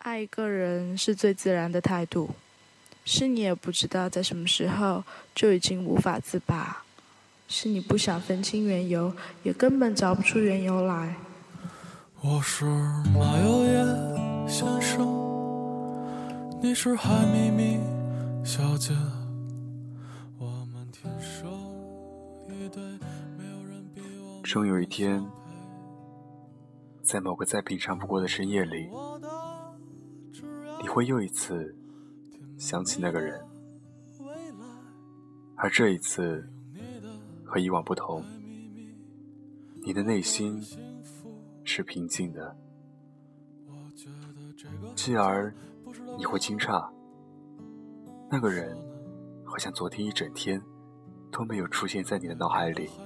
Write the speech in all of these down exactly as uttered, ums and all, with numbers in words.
爱一个人是最自然的态度，是你也不知道在什么时候就已经无法自拔，是你不想分清缘由，也根本找不出缘由来。 我是马友友先生，你是海咪咪小姐，我们天生一对，没有人比我。 终有一天，在某个再平常不过的深夜里，你会又一次想起那个人，而这一次和以往不同，你的内心是平静的，继而你会惊诧，那个人好像昨天一整天都没有出现在你的脑海里。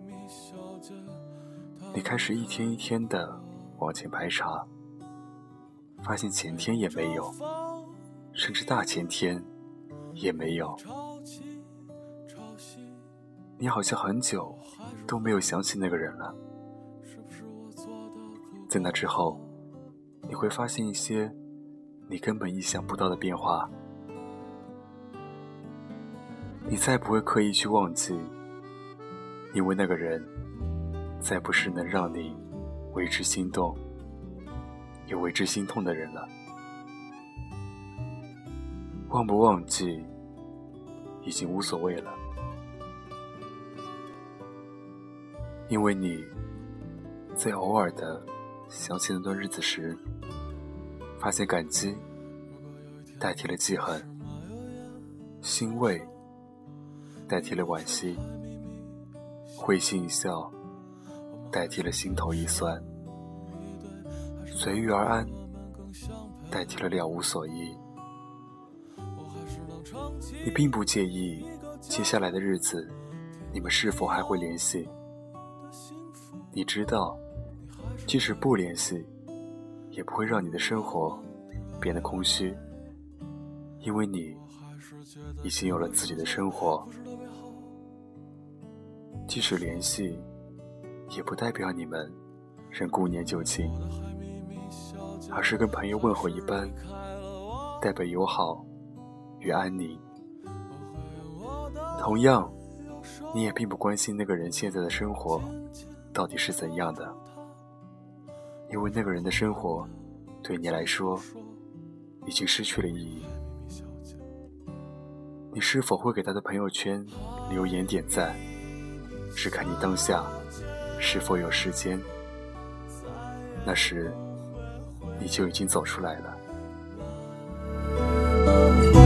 你开始一天一天的往前排查，发现前天也没有，甚至大前天也没有。你好像很久都没有想起那个人了。在那之后，你会发现一些你根本意想不到的变化。你再不会刻意去忘记，因为那个人再不是能让你为之心动也为之心痛的人了。忘不忘记已经无所谓了，因为你在偶尔的想起那段日子时，发现感激代替了记恨，欣慰代替了惋惜，会心一笑代替了心头一酸，随遇而安代替了了无所依。你并不介意接下来的日子你们是否还会联系，你知道即使不联系也不会让你的生活变得空虚，因为你已经有了自己的生活。即使联系也不代表你们仍顾念旧情，而是跟朋友问候一般，代表友好与安宁。同样，你也并不关心那个人现在的生活到底是怎样的，因为那个人的生活对你来说已经失去了意义。你是否会给他的朋友圈留言点赞，只看你当下是否有时间，那时你就已经走出来了。